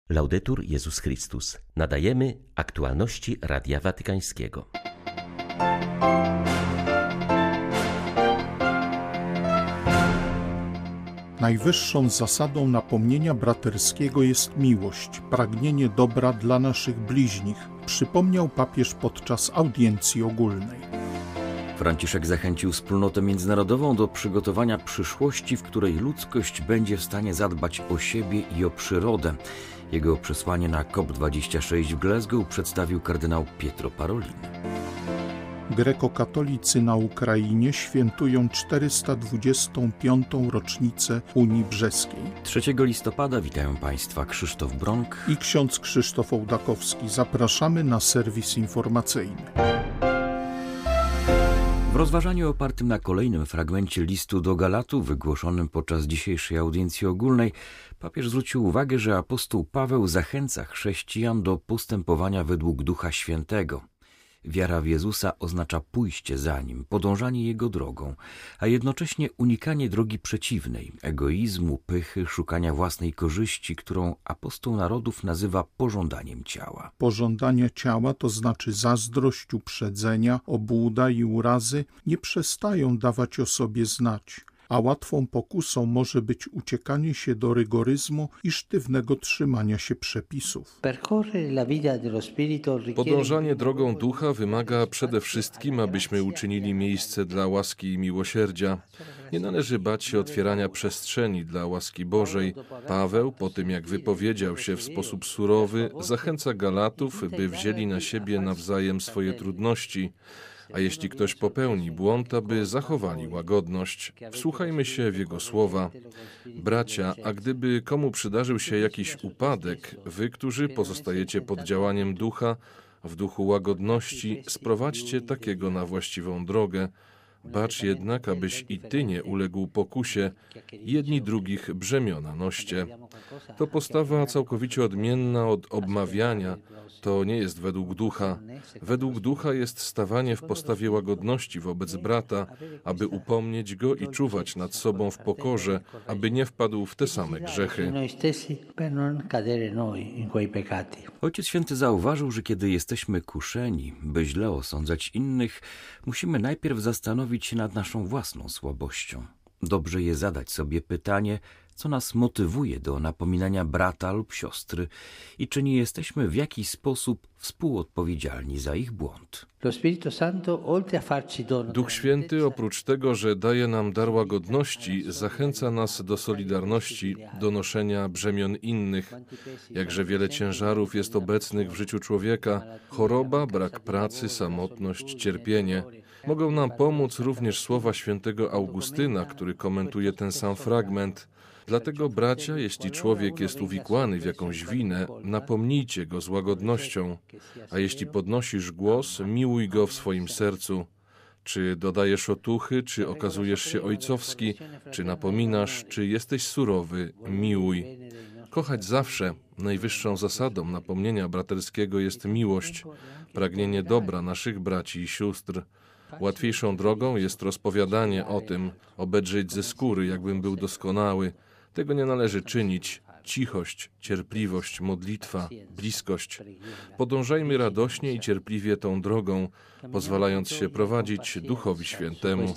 Laudetur Jezus Chrystus. Nadajemy aktualności Radia Watykańskiego. Najwyższą zasadą napomnienia braterskiego jest miłość, pragnienie dobra dla naszych bliźnich, przypomniał papież podczas audiencji ogólnej. Franciszek zachęcił wspólnotę międzynarodową do przygotowania przyszłości, w której ludzkość będzie w stanie zadbać o siebie i o przyrodę. Jego przesłanie na COP26 w Glasgow przedstawił kardynał Pietro Parolin. Grekokatolicy na Ukrainie świętują 425. rocznicę Unii Brzeskiej. 3 listopada witają Państwa Krzysztof Bronk I ksiądz Krzysztof Ołdakowski. Zapraszamy na serwis informacyjny. W rozważaniu opartym na kolejnym fragmencie listu do Galatów, wygłoszonym podczas dzisiejszej audiencji ogólnej, papież zwrócił uwagę, że apostoł Paweł zachęca chrześcijan do postępowania według Ducha Świętego. Wiara w Jezusa oznacza pójście za Nim, podążanie Jego drogą, a jednocześnie unikanie drogi przeciwnej, egoizmu, pychy, szukania własnej korzyści, którą apostoł narodów nazywa pożądaniem ciała. Pożądania ciała, to znaczy zazdrość, uprzedzenia, obłuda i urazy, nie przestają dawać o sobie znać. A łatwą pokusą może być uciekanie się do rygoryzmu i sztywnego trzymania się przepisów. Podążanie drogą ducha wymaga przede wszystkim, abyśmy uczynili miejsce dla łaski i miłosierdzia. Nie należy bać się otwierania przestrzeni dla łaski Bożej. Paweł, po tym jak wypowiedział się w sposób surowy, zachęca Galatów, by wzięli na siebie nawzajem swoje trudności. A jeśli ktoś popełni błąd, aby zachowali łagodność. Wsłuchajmy się w jego słowa. Bracia, a gdyby komu przydarzył się jakiś upadek, wy, którzy pozostajecie pod działaniem ducha, w duchu łagodności, sprowadźcie takiego na właściwą drogę. Bacz jednak, abyś i ty nie uległ pokusie, jedni drugich brzemiona noście. To postawa całkowicie odmienna od obmawiania, to nie jest według ducha. Według ducha jest stawanie w postawie łagodności wobec brata, aby upomnieć go i czuwać nad sobą w pokorze, aby nie wpadł w te same grzechy. Ojciec Święty zauważył, że kiedy jesteśmy kuszeni, by źle osądzać innych, musimy najpierw zastanowić się nad naszą własną słabością. Dobrze je zadać sobie pytanie, co nas motywuje do napominania brata lub siostry i czy nie jesteśmy w jakiś sposób współodpowiedzialni za ich błąd. Duch Święty, oprócz tego, że daje nam dar łagodności, zachęca nas do solidarności, do noszenia brzemion innych. Jakże wiele ciężarów jest obecnych w życiu człowieka: choroba, brak pracy, samotność, cierpienie. Mogą nam pomóc również słowa świętego Augustyna, który komentuje ten sam fragment. Dlatego, bracia, jeśli człowiek jest uwikłany w jakąś winę, napomnijcie go z łagodnością, a jeśli podnosisz głos, miłuj go w swoim sercu. Czy dodajesz otuchy, czy okazujesz się ojcowski, czy napominasz, czy jesteś surowy, miłuj. Kochać zawsze. Najwyższą zasadą napomnienia braterskiego jest miłość, pragnienie dobra naszych braci i sióstr. Łatwiejszą drogą jest rozpowiadanie o tym, obedrzeć ze skóry, jakbym był doskonały. Tego nie należy czynić. Cichość, cierpliwość, modlitwa, bliskość. Podążajmy radośnie i cierpliwie tą drogą, pozwalając się prowadzić Duchowi Świętemu.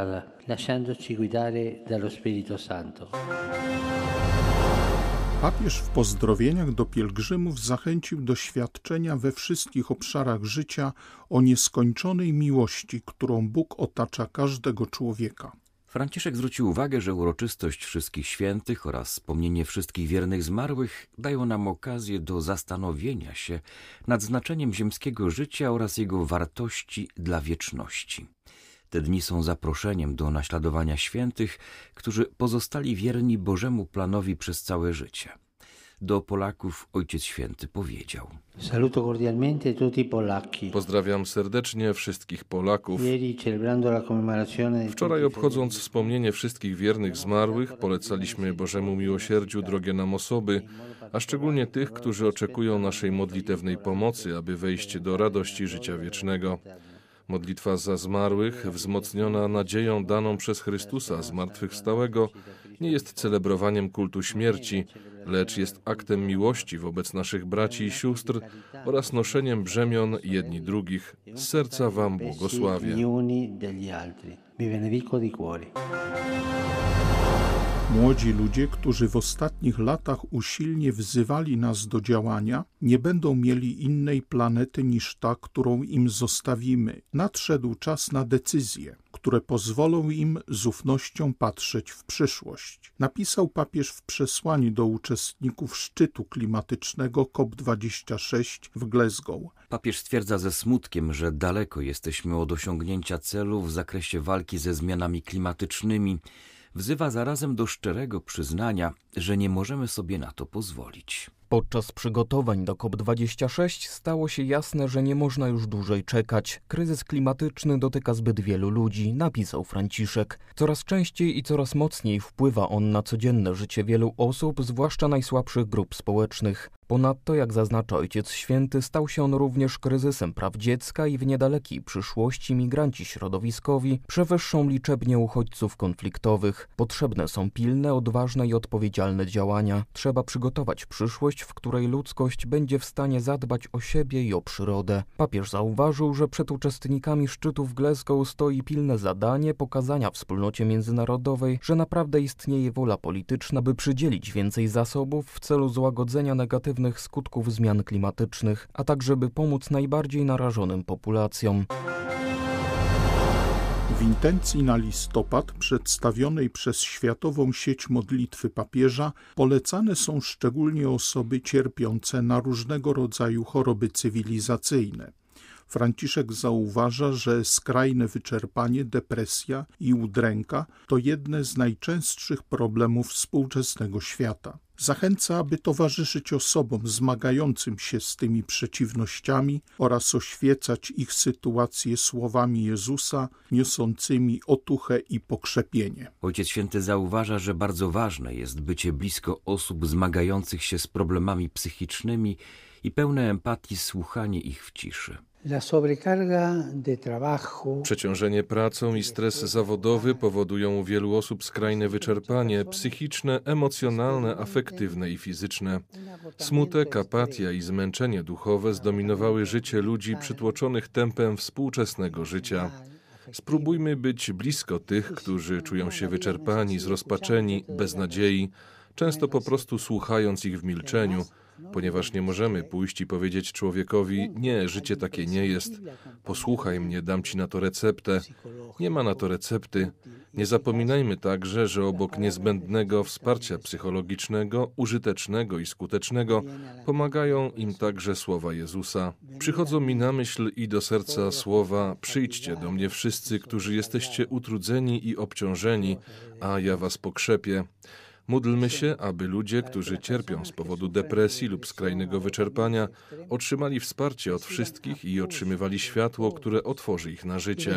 Papież w pozdrowieniach do pielgrzymów zachęcił do świadczenia we wszystkich obszarach życia o nieskończonej miłości, którą Bóg otacza każdego człowieka. Franciszek zwrócił uwagę, że uroczystość wszystkich świętych oraz wspomnienie wszystkich wiernych zmarłych dają nam okazję do zastanowienia się nad znaczeniem ziemskiego życia oraz jego wartości dla wieczności. Te dni są zaproszeniem do naśladowania świętych, którzy pozostali wierni Bożemu planowi przez całe życie. Do Polaków Ojciec Święty powiedział: Saluto cordialmente tutti polacchi. Pozdrawiam serdecznie wszystkich Polaków. Wczoraj, obchodząc wspomnienie wszystkich wiernych zmarłych, polecaliśmy Bożemu miłosierdziu drogie nam osoby, a szczególnie tych, którzy oczekują naszej modlitewnej pomocy, aby wejść do radości życia wiecznego. Modlitwa za zmarłych, wzmocniona nadzieją daną przez Chrystusa zmartwychwstałego, nie jest celebrowaniem kultu śmierci, lecz jest aktem miłości wobec naszych braci i sióstr oraz noszeniem brzemion jedni drugich. Z serca wam błogosławię. Młodzi ludzie, którzy w ostatnich latach usilnie wzywali nas do działania, nie będą mieli innej planety niż ta, którą im zostawimy. Nadszedł czas na decyzje, które pozwolą im z ufnością patrzeć w przyszłość. Napisał papież w przesłaniu do uczestników szczytu klimatycznego COP26 w Glasgow. Papież stwierdza ze smutkiem, że daleko jesteśmy od osiągnięcia celu w zakresie walki ze zmianami klimatycznymi. Wzywa zarazem do szczerego przyznania, że nie możemy sobie na to pozwolić. Podczas przygotowań do COP26 stało się jasne, że nie można już dłużej czekać. Kryzys klimatyczny dotyka zbyt wielu ludzi, napisał Franciszek. Coraz częściej i coraz mocniej wpływa on na codzienne życie wielu osób, zwłaszcza najsłabszych grup społecznych. Ponadto, jak zaznacza Ojciec Święty, stał się on również kryzysem praw dziecka i w niedalekiej przyszłości migranci środowiskowi przewyższą liczebnie uchodźców konfliktowych. Potrzebne są pilne, odważne i odpowiedzialne działania. Trzeba przygotować przyszłość, w której ludzkość będzie w stanie zadbać o siebie i o przyrodę. Papież zauważył, że przed uczestnikami szczytu w Glasgow stoi pilne zadanie pokazania wspólnocie międzynarodowej, że naprawdę istnieje wola polityczna, by przydzielić więcej zasobów w celu złagodzenia negatywnych skutków zmian klimatycznych, a także by pomóc najbardziej narażonym populacjom. W intencji na listopad przedstawionej przez Światową Sieć Modlitwy Papieża polecane są szczególnie osoby cierpiące na różnego rodzaju choroby cywilizacyjne. Franciszek zauważa, że skrajne wyczerpanie, depresja i udręka to jedne z najczęstszych problemów współczesnego świata. Zachęca, aby towarzyszyć osobom zmagającym się z tymi przeciwnościami oraz oświecać ich sytuację słowami Jezusa, niosącymi otuchę i pokrzepienie. Ojciec Święty zauważa, że bardzo ważne jest bycie blisko osób zmagających się z problemami psychicznymi i pełne empatii słuchanie ich w ciszy. Przeciążenie pracą i stres zawodowy powodują u wielu osób skrajne wyczerpanie psychiczne, emocjonalne, afektywne i fizyczne. Smutek, apatia i zmęczenie duchowe zdominowały życie ludzi przytłoczonych tempem współczesnego życia. Spróbujmy być blisko tych, którzy czują się wyczerpani, zrozpaczeni, bez nadziei, często po prostu słuchając ich w milczeniu, ponieważ nie możemy pójść i powiedzieć człowiekowi: nie, życie takie nie jest, posłuchaj mnie, dam ci na to receptę. Nie ma na to recepty. Nie zapominajmy także, że obok niezbędnego wsparcia psychologicznego, użytecznego i skutecznego, pomagają im także słowa Jezusa. Przychodzą mi na myśl i do serca słowa: przyjdźcie do mnie wszyscy, którzy jesteście utrudzeni i obciążeni, a ja was pokrzepię. Módlmy się, aby ludzie, którzy cierpią z powodu depresji lub skrajnego wyczerpania, otrzymali wsparcie od wszystkich i otrzymywali światło, które otworzy ich na życie.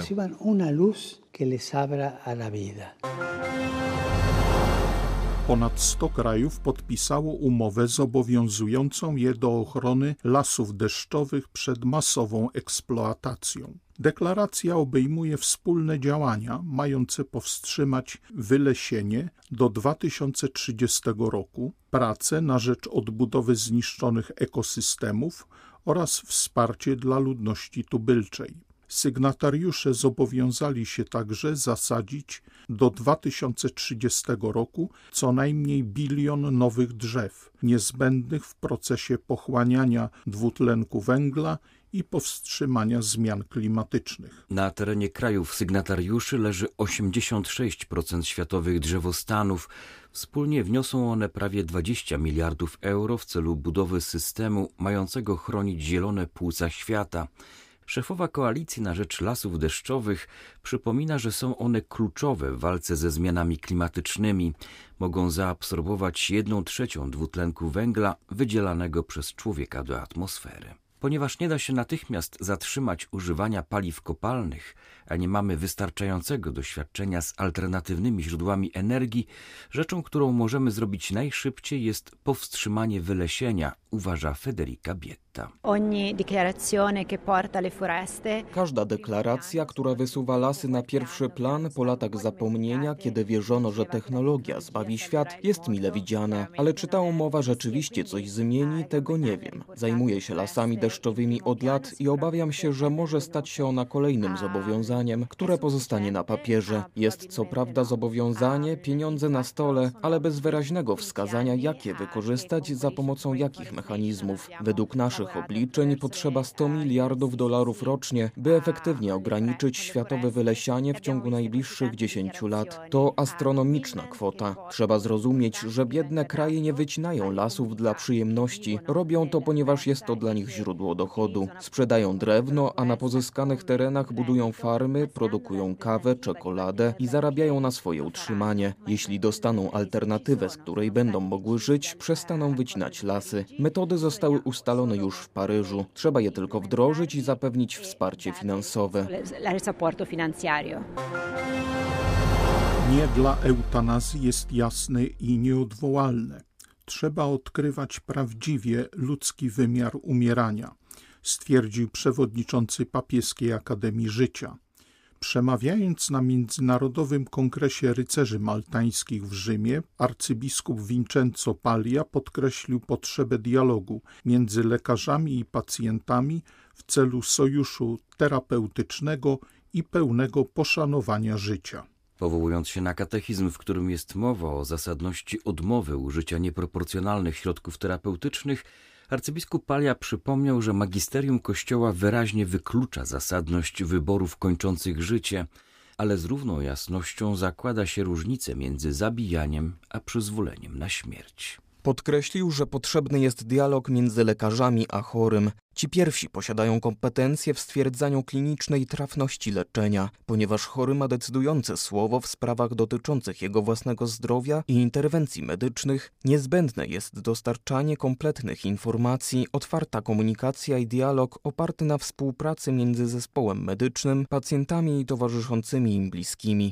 Ponad 100 krajów podpisało umowę zobowiązującą je do ochrony lasów deszczowych przed masową eksploatacją. Deklaracja obejmuje wspólne działania mające powstrzymać wylesienie do 2030 roku, prace na rzecz odbudowy zniszczonych ekosystemów oraz wsparcie dla ludności tubylczej. Sygnatariusze zobowiązali się także zasadzić do 2030 roku co najmniej 1 bilion nowych drzew, niezbędnych w procesie pochłaniania dwutlenku węgla i powstrzymania zmian klimatycznych. Na terenie krajów sygnatariuszy leży 86% światowych drzewostanów. Wspólnie wniosą one prawie 20 miliardów euro w celu budowy systemu mającego chronić zielone płuca świata. Szefowa Koalicji na rzecz Lasów Deszczowych przypomina, że są one kluczowe w walce ze zmianami klimatycznymi. Mogą zaabsorbować 1/3 dwutlenku węgla wydzielanego przez człowieka do atmosfery. Ponieważ nie da się natychmiast zatrzymać używania paliw kopalnych, a nie mamy wystarczającego doświadczenia z alternatywnymi źródłami energii, rzeczą, którą możemy zrobić najszybciej, jest powstrzymanie wylesienia, uważa Federica Bietta. Każda deklaracja, która wysuwa lasy na pierwszy plan po latach zapomnienia, kiedy wierzono, że technologia zbawi świat, jest mile widziana. Ale czy ta umowa rzeczywiście coś zmieni, tego nie wiem. Zajmuję się lasami deszczowymi od lat i obawiam się, że może stać się ona kolejnym zobowiązaniem, które pozostanie na papierze. Jest co prawda zobowiązanie, pieniądze na stole, ale bez wyraźnego wskazania, jak je wykorzystać, za pomocą jakich mechanizmów. Według naszych obliczeń potrzeba $100 miliardów rocznie, by efektywnie ograniczyć światowe wylesianie w ciągu najbliższych 10 lat. To astronomiczna kwota. Trzeba zrozumieć, że biedne kraje nie wycinają lasów dla przyjemności. Robią to, ponieważ jest to dla nich źródło dochodu. Sprzedają drewno, a na pozyskanych terenach budują farmy, produkują kawę, czekoladę i zarabiają na swoje utrzymanie. Jeśli dostaną alternatywę, z której będą mogły żyć, przestaną wycinać lasy. Metody zostały ustalone już w Paryżu. Trzeba je tylko wdrożyć i zapewnić wsparcie finansowe. Nie dla eutanazji jest jasne i nieodwołalne. Trzeba odkrywać prawdziwie ludzki wymiar umierania, stwierdził przewodniczący Papieskiej Akademii Życia. Przemawiając na Międzynarodowym Kongresie Rycerzy Maltańskich w Rzymie, arcybiskup Vincenzo Paglia podkreślił potrzebę dialogu między lekarzami i pacjentami w celu sojuszu terapeutycznego i pełnego poszanowania życia. Powołując się na katechizm, w którym jest mowa o zasadności odmowy użycia nieproporcjonalnych środków terapeutycznych, arcybiskup Paglia przypomniał, że magisterium Kościoła wyraźnie wyklucza zasadność wyborów kończących życie, ale z równą jasnością zakłada się różnicę między zabijaniem a przyzwoleniem na śmierć. Podkreślił, że potrzebny jest dialog między lekarzami a chorym. Ci pierwsi posiadają kompetencje w stwierdzaniu klinicznej trafności leczenia, ponieważ chory ma decydujące słowo w sprawach dotyczących jego własnego zdrowia i interwencji medycznych, niezbędne jest dostarczanie kompletnych informacji, otwarta komunikacja i dialog oparty na współpracy między zespołem medycznym, pacjentami i towarzyszącymi im bliskimi.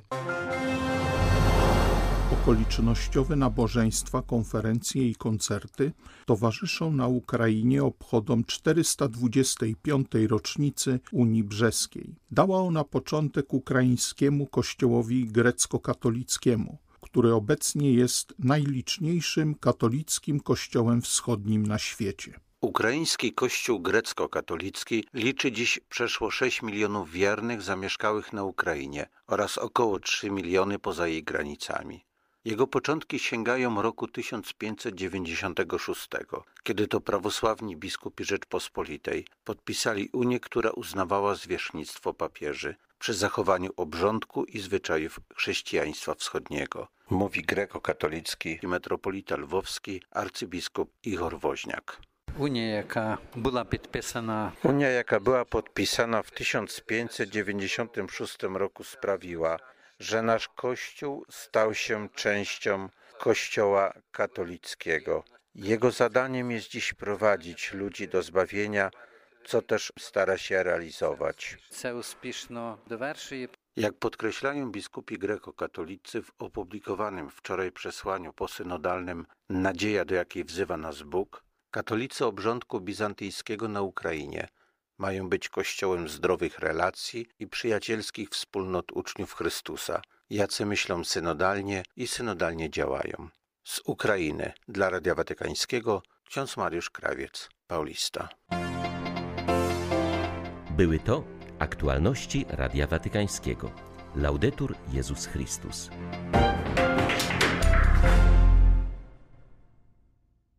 Okolicznościowe nabożeństwa, konferencje i koncerty towarzyszą na Ukrainie obchodom 425. rocznicy Unii Brzeskiej. Dała ona początek ukraińskiemu kościołowi grecko-katolickiemu, który obecnie jest najliczniejszym katolickim kościołem wschodnim na świecie. Ukraiński kościół grecko-katolicki liczy dziś przeszło 6 milionów wiernych zamieszkałych na Ukrainie oraz około 3 miliony poza jej granicami. Jego początki sięgają roku 1596, kiedy to prawosławni biskupi Rzeczpospolitej podpisali unię, która uznawała zwierzchnictwo papieży przy zachowaniu obrządku i zwyczajów chrześcijaństwa wschodniego, mówi grekokatolicki metropolita lwowski arcybiskup Igor Woźniak. Unia, jaka była podpisana w 1596 roku, sprawiła, że nasz Kościół stał się częścią Kościoła katolickiego. Jego zadaniem jest dziś prowadzić ludzi do zbawienia, co też stara się realizować. Jak podkreślają biskupi grekokatolicy w opublikowanym wczoraj przesłaniu posynodalnym Nadzieja, do jakiej wzywa nas Bóg, katolicy obrządku bizantyjskiego na Ukrainie mają być kościołem zdrowych relacji i przyjacielskich wspólnot uczniów Chrystusa, jacy myślą synodalnie i synodalnie działają. Z Ukrainy dla Radia Watykańskiego ksiądz Mariusz Krawiec, Paulista. Były to aktualności Radia Watykańskiego. Laudetur Jezus Chrystus.